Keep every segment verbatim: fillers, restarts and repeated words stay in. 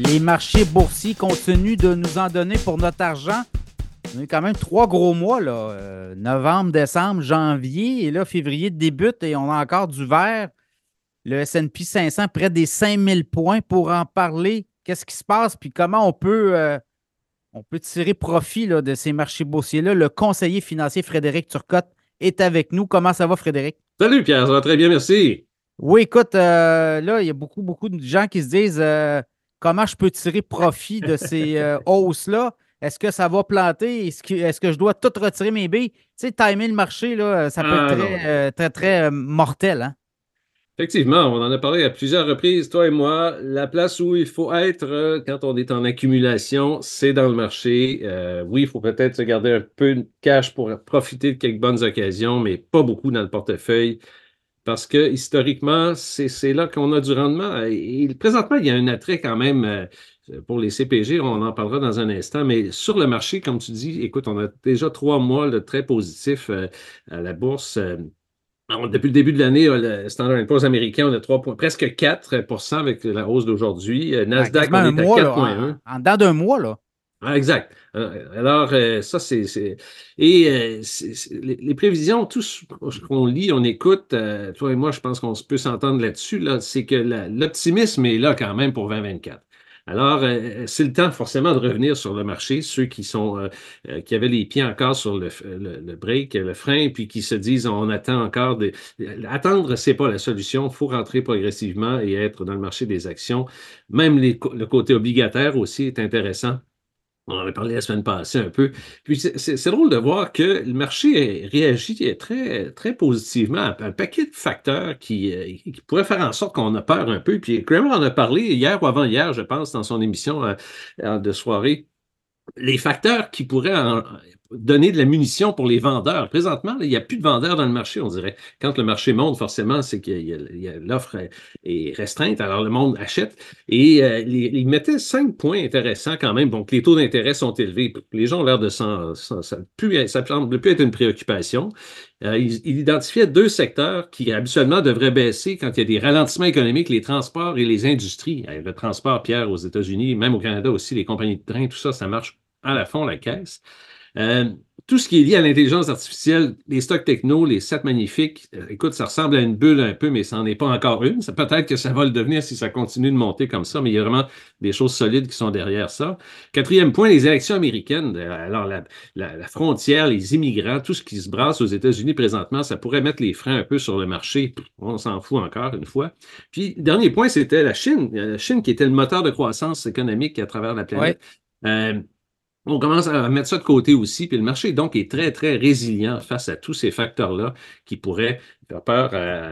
Les marchés boursiers continuent de nous en donner pour notre argent. On a eu quand même trois gros mois, là. Euh, novembre, décembre, janvier. Et là, février débute et on a encore du vert. Le S and P cinq cents, près des cinq mille points pour en parler. Qu'est-ce qui se passe? Puis comment on peut, euh, on peut tirer profit là, de ces marchés boursiers-là? Le conseiller financier Frédéric Turcotte est avec nous. Comment ça va, Frédéric? Salut Pierre, ça va très bien, merci. Oui, écoute, euh, là, il y a beaucoup, beaucoup de gens qui se disent euh, comment je peux tirer profit de ces euh, hausses-là? Est-ce que ça va planter? Est-ce que, est-ce que je dois tout retirer mes billes? Tu sais, timer le marché, là, ça peut être Ah non, très, euh, très, très euh, mortel, hein? effectivement, on en a parlé à plusieurs reprises, toi et moi. La place où il faut être euh, quand on est en accumulation, c'est dans le marché. Euh, oui, il faut peut-être se garder un peu de cash pour profiter de quelques bonnes occasions, mais pas beaucoup dans le portefeuille. Parce que historiquement, c'est c'est là qu'on a du rendement. Et, et présentement, il y a un attrait quand même euh, pour les C P G, on en parlera dans un instant, mais sur le marché, comme tu dis, écoute, on a déjà trois mois de très positifs euh, à la bourse. Euh, alors, depuis le début de l'année, euh, le Standard and Poor's américain, on a trois points, presque quatre pour cent avec la hausse d'aujourd'hui. Euh, Ben, Nasdaq, quasiment on un est à mois, quatre là, virgule un. en, en dedans d'un mois, là. Ah, exact. Euh, Alors, euh, ça, c'est. c'est- Et euh, c'est- c'est- les, les prévisions, tout ce qu'on lit, on écoute, euh, toi et moi, je pense qu'on se peut s'entendre là-dessus, là, c'est que la- l'optimisme est là quand même pour vingt vingt-quatre. Alors, euh, c'est le temps forcément de revenir sur le marché, ceux qui sont euh, euh, qui avaient les pieds encore sur le, le, le break, le frein, puis qui se disent on attend encore des. Attendre, c'est pas la solution. Il faut rentrer progressivement et être dans le marché des actions. Même les co- le côté obligataire aussi est intéressant. On en avait parlé la semaine passée un peu. Puis c'est c'est- c'est drôle de voir que le marché réagit très, très positivement à un paquet de facteurs qui, euh, qui pourraient faire en sorte qu'on a peur un peu. Puis Kramer en a parlé hier ou avant-hier, je pense, dans son émission euh, de soirée les facteurs qui pourraient en- donner de la munition pour les vendeurs. Présentement, là, il n'y a plus de vendeurs dans le marché, on dirait. Quand le marché monte, forcément, c'est que l'offre est restreinte, alors le monde achète. Et euh, les- ils mettaient cinq points intéressants quand même. Donc, les taux d'intérêt sont élevés. Les gens ont l'air de s'en... s'en- Ça ne semble plus être une préoccupation. Euh, il, il identifiait deux secteurs qui habituellement devraient baisser quand il y a des ralentissements économiques, les transports et les industries. Euh, Le transport, Pierre, aux États-Unis, même au Canada aussi, les compagnies de train, tout ça, ça marche à la fond, la caisse. Euh, tout ce qui est lié à l'intelligence artificielle, les stocks techno, les sept magnifiques, euh, écoute, ça ressemble à une bulle un peu, mais ça n'en est pas encore une. Ça, peut-être que ça va le devenir si ça continue de monter comme ça, mais il y a vraiment des choses solides qui sont derrière ça. Quatrième point, les élections américaines. Euh, Alors, la, la, la frontière, les immigrants, tout ce qui se brasse aux États-Unis présentement, ça pourrait mettre les freins un peu sur le marché. On s'en fout encore une fois. Puis, dernier point, c'était la Chine. La Chine qui était le moteur de croissance économique à travers la Oui. planète. Euh, on commence à mettre ça de côté aussi, puis le marché donc est très, très résilient face à tous ces facteurs-là qui pourraient faire peur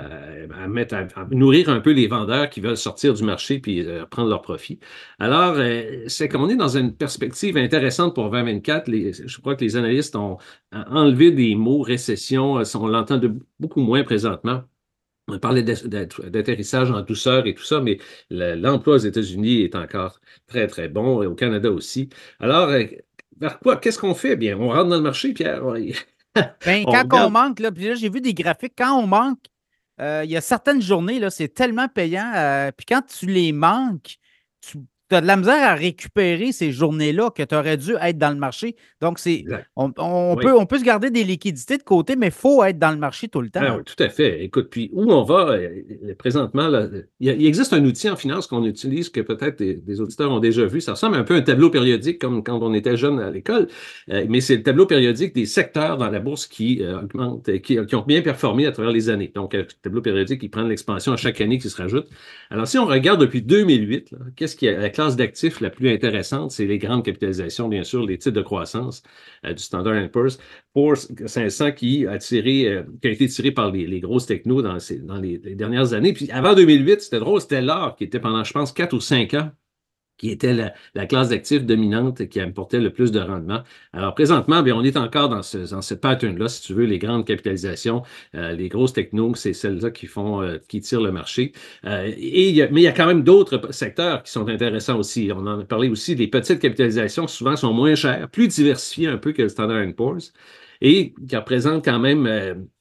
à, à mettre, à, à nourrir un peu les vendeurs qui veulent sortir du marché puis euh, prendre leur profit. Alors, euh, c'est qu'on est dans une perspective intéressante pour vingt vingt-quatre. Les, je crois que les analystes ont enlevé des mots récession, on l'entend de beaucoup moins présentement. On parlait d'atterrissage en douceur et tout ça, mais l'emploi aux États-Unis est encore très, très bon, et au Canada aussi. Alors, euh, vers quoi? Qu'est-ce qu'on fait? Bien, on rentre dans le marché, Pierre. On, Ben, on quand on regarde. manque, là, puis là, j'ai vu des graphiques, quand on manque, euh, il y a certaines journées, là, c'est tellement payant. Euh, puis quand tu les manques, tu as de la misère à récupérer ces journées-là que tu aurais dû être dans le marché. Donc, c'est, Exact. on, on Oui. peut, on peut se garder des liquidités de côté, mais il faut être dans le marché tout le temps, Ah hein. oui, tout à fait. Écoute, puis où on va, euh, présentement, là, il, y a- il existe un outil en finance qu'on utilise que peut-être des, des auditeurs ont déjà vu. Ça ressemble un peu à un tableau périodique comme quand on était jeune à l'école, Euh, mais c'est le tableau périodique des secteurs dans la bourse qui euh, augmentent, euh, qui, qui ont bien performé à travers les années. Donc, un tableau périodique qui prend de l'expansion à chaque année qui se rajoute. Alors, si on regarde depuis deux mille huit, là, qu'est-ce qui est la classe d'actifs la plus intéressante? C'est les grandes capitalisations, bien sûr, les titres de croissance euh, du Standard and Poor's. Poor's cinq cents qui a tiré, euh, qui a été tiré par les, les grosses technos dans, ces, dans les, les, dernières années. Puis avant deux mille huit, c'était drôle, c'était l'or qui était pendant, je pense, quatre ou cinq ans, qui était la, la classe d'actifs dominante qui apportait le plus de rendement. Alors présentement, bien, on est encore dans ce, dans ce pattern-là, si tu veux, les grandes capitalisations, euh, les grosses technos, c'est celles-là qui font, euh, qui tirent le marché. Euh, et il y a, mais il y a quand même d'autres secteurs qui sont intéressants aussi. On en a parlé aussi, les petites capitalisations souvent sont moins chères, plus diversifiées un peu que le Standard and Poor's et qui représentent quand même euh,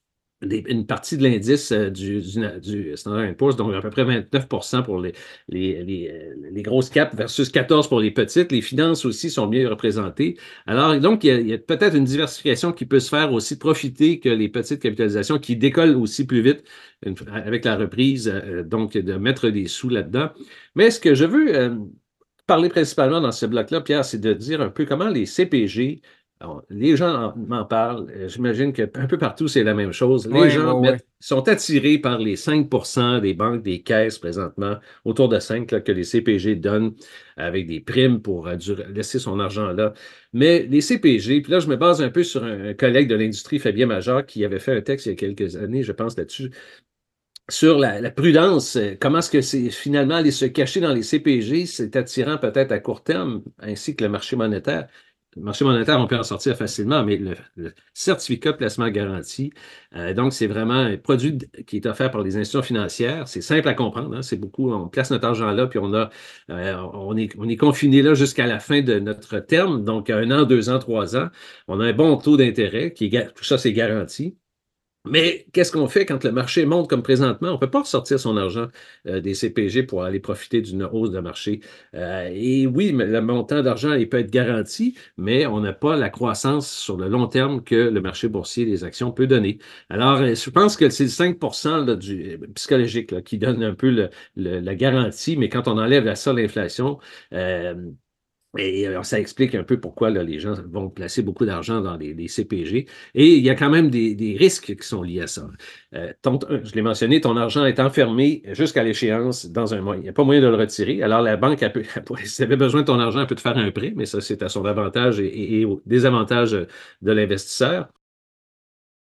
des- une partie de l'indice euh, du, du, du Standard and Poor's, donc à peu près vingt-neuf pour cent pour les, les, les, euh, les grosses caps versus quatorze pour les petites. Les finances aussi sont mieux représentées. Alors, donc, il y a, il y a peut-être une diversification qui peut se faire aussi profiter que les petites capitalisations qui décollent aussi plus vite une- avec la reprise, euh, donc de mettre des sous là-dedans. Mais ce que je veux euh, parler principalement dans ce bloc-là, Pierre, c'est de dire un peu comment les C P G, alors, les gens en- m'en parlent, euh, j'imagine qu'un peu partout, c'est la même chose. Les Oui, oui, gens oui. mettent- sont attirés par les cinq pour cent des banques, des caisses présentement, autour de cinq là, que les C P G donnent avec des primes pour euh, du- laisser son argent là. Mais les C P G, puis là, je me base un peu sur un, un collègue de l'industrie, Fabien Major, qui avait fait un texte il y a quelques années, je pense, là-dessus, sur la, la prudence, euh, comment est-ce que c'est finalement aller se cacher dans les C P G, c'est attirant peut-être à court terme, ainsi que le marché monétaire. Le marché monétaire, on peut en sortir facilement, mais le, le certificat de placement garanti, euh, donc c'est vraiment un produit qui est offert par les institutions financières. C'est simple à comprendre, hein, c'est beaucoup, on place notre argent là, puis on a, euh, on est, on est confiné là jusqu'à la fin de notre terme, donc un an, deux ans, trois ans. On a un bon taux d'intérêt, qui est, tout ça c'est garanti. Mais qu'est-ce qu'on fait quand le marché monte comme présentement? On ne peut pas ressortir son argent euh, des C P G pour aller profiter d'une hausse de marché. Euh, et oui, mais le montant d'argent, il peut être garanti, mais on n'a pas la croissance sur le long terme que le marché boursier des actions peut donner. Alors, euh, je pense que c'est le cinq pour cent là, du, euh, psychologique là, qui donne un peu le, le, la garantie, mais quand on enlève à ça l'inflation, euh, et alors, ça explique un peu pourquoi là, les gens vont placer beaucoup d'argent dans les, les C P G. Et il y a quand même des, des risques qui sont liés à ça. Euh, ton- je l'ai mentionné, ton argent est enfermé jusqu'à l'échéance dans un mois. Il n'y a pas moyen de le retirer. Alors, la banque, elle peut, elle peut- si elle avait besoin de ton argent, elle peut te faire un prêt, mais ça, c'est à son avantage et, et- et au désavantage de l'investisseur.